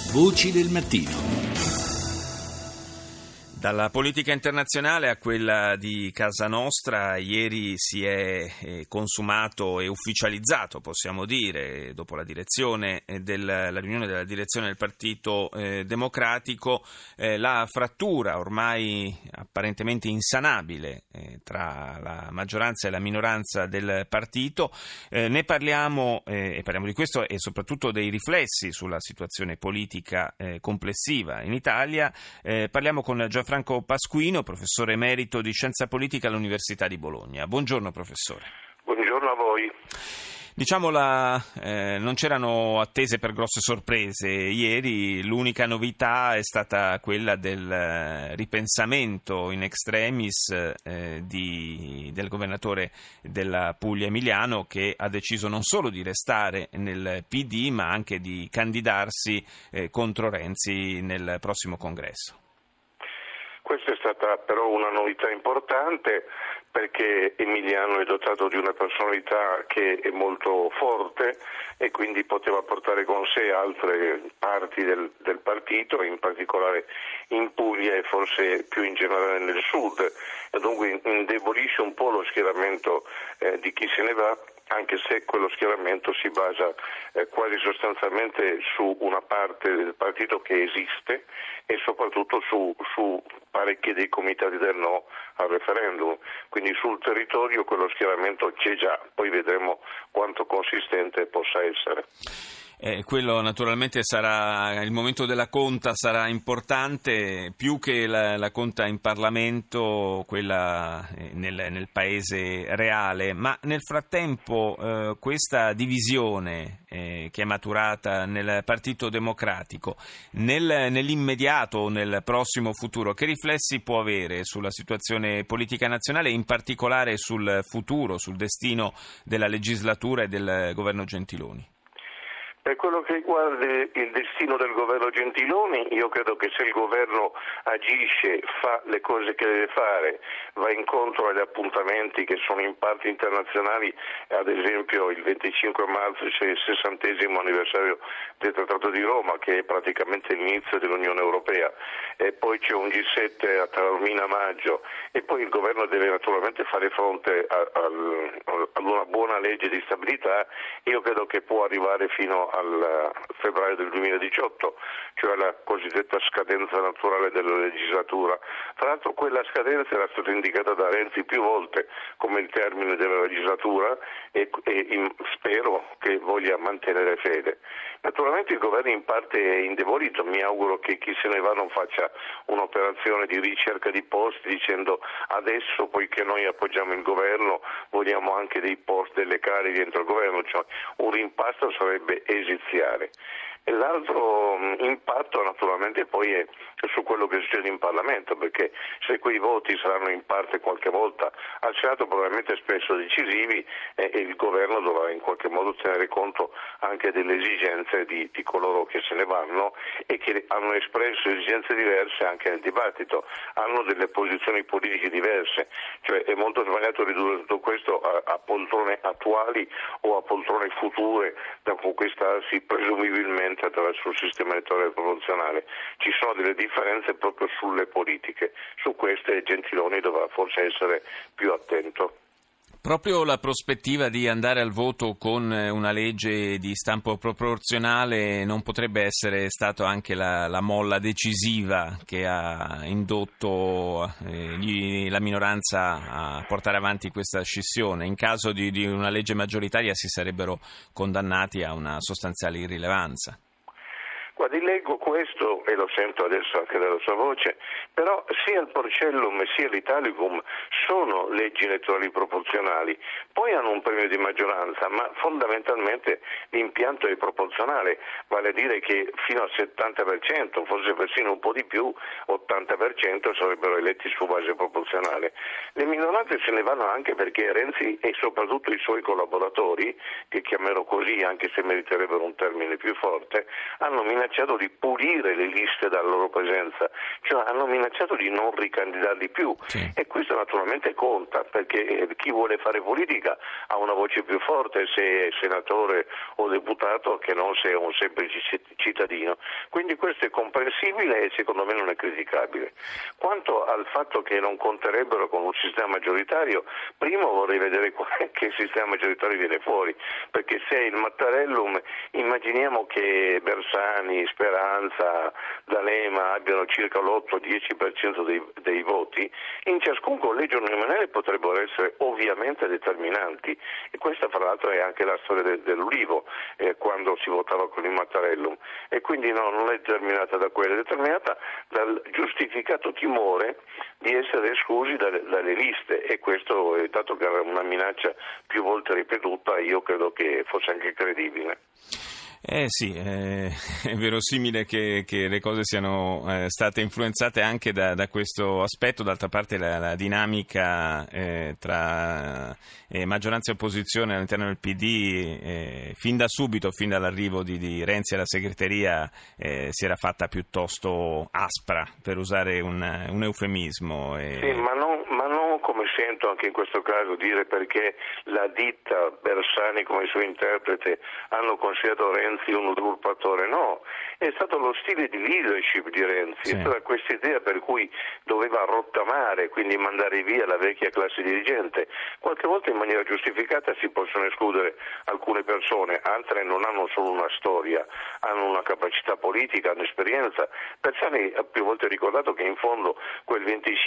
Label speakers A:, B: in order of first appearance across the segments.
A: Voci del mattino.
B: Dalla politica internazionale a quella di casa nostra, ieri si è consumato e ufficializzato, possiamo dire, dopo la riunione della direzione del Partito Democratico, la frattura ormai apparentemente insanabile tra la maggioranza e la minoranza del partito. Ne parliamo e parliamo di questo e soprattutto dei riflessi sulla situazione politica complessiva in Italia. Parliamo con Gianfranco Pasquino, professore emerito di Scienza Politica all'Università di Bologna. Buongiorno professore.
C: Buongiorno a voi.
B: Non c'erano attese per grosse sorprese. Ieri l'unica novità è stata quella del ripensamento in extremis del governatore della Puglia Emiliano, che ha deciso non solo di restare nel PD ma anche di candidarsi contro Renzi nel prossimo congresso.
C: Questa è stata però una novità importante, perché Emiliano è dotato di una personalità che è molto forte e quindi poteva portare con sé altre parti del partito, in particolare in Puglia e forse più in generale nel sud, e dunque indebolisce un po' lo schieramento di chi se ne va, anche se quello schieramento si basa quasi sostanzialmente su una parte del partito che esiste e soprattutto su parecchi dei comitati del no al referendum. Quindi sul territorio quello schieramento c'è già, poi vedremo quanto consistente possa essere.
B: Quello naturalmente sarà il momento della conta, sarà importante più che la conta in Parlamento, quella nel paese reale, ma nel frattempo questa divisione che è maturata nel Partito Democratico nell'immediato, nel prossimo futuro, che riflessi può avere sulla situazione politica nazionale e in particolare sul futuro, sul destino della legislatura e del governo Gentiloni?
C: Per quello che riguarda il destino del governo Gentiloni, io credo che se il governo agisce, fa le cose che deve fare, va incontro agli appuntamenti che sono in parte internazionali, ad esempio il 25 marzo c'è il 60° anniversario del Trattato di Roma, che è praticamente l'inizio dell'Unione Europea, e poi c'è un G7 a Taormina a maggio, e poi il governo deve naturalmente fare fronte ad una buona legge di stabilità. Io credo che può arrivare fino al febbraio del 2018, cioè la cosiddetta scadenza naturale della legislatura. Tra l'altro quella scadenza era stata indicata da Renzi più volte come il termine della legislatura e spero che voglia mantenere fede. Naturalmente il governo in parte è indebolito, mi auguro che chi se ne va non faccia un'operazione di ricerca di posti dicendo adesso, poiché noi appoggiamo il governo, vogliamo anche dei posti, delle cariche dentro il governo, cioè un rimpasto sarebbe esiziale. E l'altro impatto naturalmente poi è su quello che succede in Parlamento, perché se quei voti saranno in parte qualche volta al Senato probabilmente spesso decisivi, e il governo dovrà in qualche modo tenere conto anche delle esigenze di coloro che se ne vanno e che hanno espresso esigenze diverse anche nel dibattito, hanno delle posizioni politiche diverse, cioè è molto sbagliato ridurre tutto questo a poltrone attuali o a poltrone future da conquistarsi presumibilmente attraverso un sistema elettorale proporzionale. Ci sono delle differenze proprio sulle politiche, su queste Gentiloni dovrà forse essere più attento.
B: Proprio la prospettiva di andare al voto con una legge di stampo proporzionale non potrebbe essere stato anche la molla decisiva che ha indotto la minoranza a portare avanti questa scissione? In caso di una legge maggioritaria si sarebbero condannati a una sostanziale irrilevanza.
C: Guardi, leggo questo e lo sento adesso anche dalla sua voce, però sia il Porcellum sia l'Italicum sono leggi elettorali proporzionali, poi hanno un premio di maggioranza, ma fondamentalmente l'impianto è proporzionale, vale a dire che fino al 70%, forse persino un po' di più, 80% sarebbero eletti su base proporzionale. Le minoranze se ne vanno anche perché Renzi e soprattutto i suoi collaboratori, che chiamerò così anche se meriterebbero un termine più forte, hanno minacciato minacciato di pulire le liste dalla loro presenza, cioè hanno minacciato di non ricandidarli più, e questo naturalmente conta, perché chi vuole fare politica ha una voce più forte se è senatore o deputato che non se è un semplice cittadino, quindi questo è comprensibile e secondo me non è criticabile. Quanto al fatto che non conterebbero con un sistema maggioritario, primo vorrei vedere che sistema maggioritario viene fuori, perché se è il Mattarellum immaginiamo che Bersani, Speranza, D'Alema abbiano circa l'8-10% dei voti, in ciascun collegio uninominale potrebbero essere ovviamente determinanti, e questa fra l'altro è anche la storia dell'Ulivo, quando si votava con il Mattarellum, e quindi no, non è determinata da quello, è determinata dal giustificato timore di essere esclusi dalle liste, e questo, dato che era una minaccia più volte ripetuta, io credo che fosse anche credibile.
B: Sì, è verosimile che le cose siano state influenzate anche da questo aspetto. D'altra parte la dinamica tra maggioranza e opposizione all'interno del PD fin da subito, fin dall'arrivo di Renzi alla segreteria, si era fatta piuttosto aspra, per usare un eufemismo.
C: Sì, ma non come sento anche in questo caso dire perché la ditta Bersani come suo interprete hanno considerato Renzi un usurpatore, no, è stato lo stile di leadership di Renzi, sì. È stata questa idea per cui doveva rottamare, quindi mandare via la vecchia classe dirigente. Qualche volta in maniera giustificata si possono escludere alcune persone, altre non hanno solo una storia, hanno una capacità politica, hanno esperienza. Bersani ha più volte ricordato che in fondo quel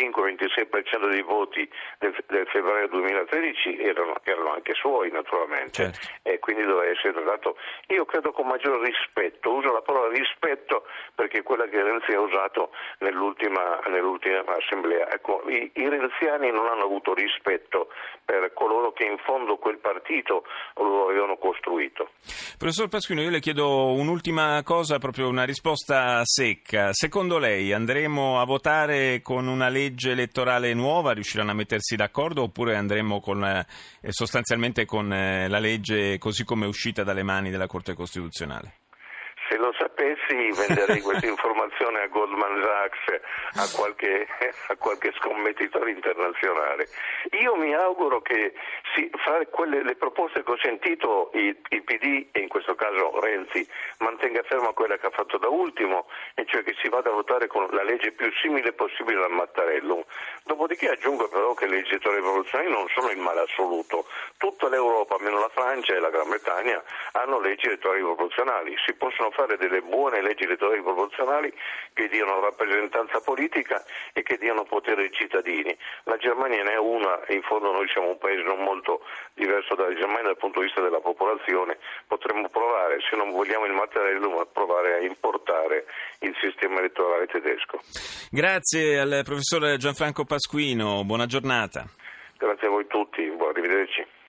C: 25-26% dei voti del febbraio 2013 erano anche suoi, naturalmente, certo. E quindi doveva essere dato, io credo, con maggiore rispetto. Uso la parola rispetto perché è quella che Renzi ha usato nell'ultima assemblea. Ecco, i renziani non hanno avuto rispetto per coloro che in fondo quel partito lo avevano costruito.
B: Professor Pasquino, io le chiedo un'ultima cosa, proprio una risposta secca. Secondo lei andremo a votare con una legge elettorale nuova? Riusciranno a mettersi d'accordo, oppure andremo sostanzialmente con la legge così come è uscita dalle mani della Corte Costituzionale?
C: Se lo sapessi venderei questa informazione a Goldman Sachs, a qualche scommettitore internazionale. Io mi auguro che fra le proposte che ho sentito il PD, e in questo caso Renzi, mantenga ferma quella che ha fatto da ultimo, e cioè che si vada a votare con la legge più simile possibile al Mattarellum. Dopodiché aggiungo però che le leggi elettorali proporzionali non sono il male assoluto. Tutta l'Europa, meno la Francia e la Gran Bretagna, hanno leggi elettorali proporzionali. Si possono fare delle buone leggi elettorali proporzionali che diano rappresentanza politica e che diano potere ai cittadini. La Germania ne è una, e in fondo noi siamo un paese non molto diverso dalla Germania dal punto di vista della popolazione. Potremmo provare, se non vogliamo il Mattarellum, a provare a importare il sistema elettorale tedesco.
B: Grazie al professor Gianfranco Pasquino, buona giornata.
C: Grazie a voi tutti, arrivederci.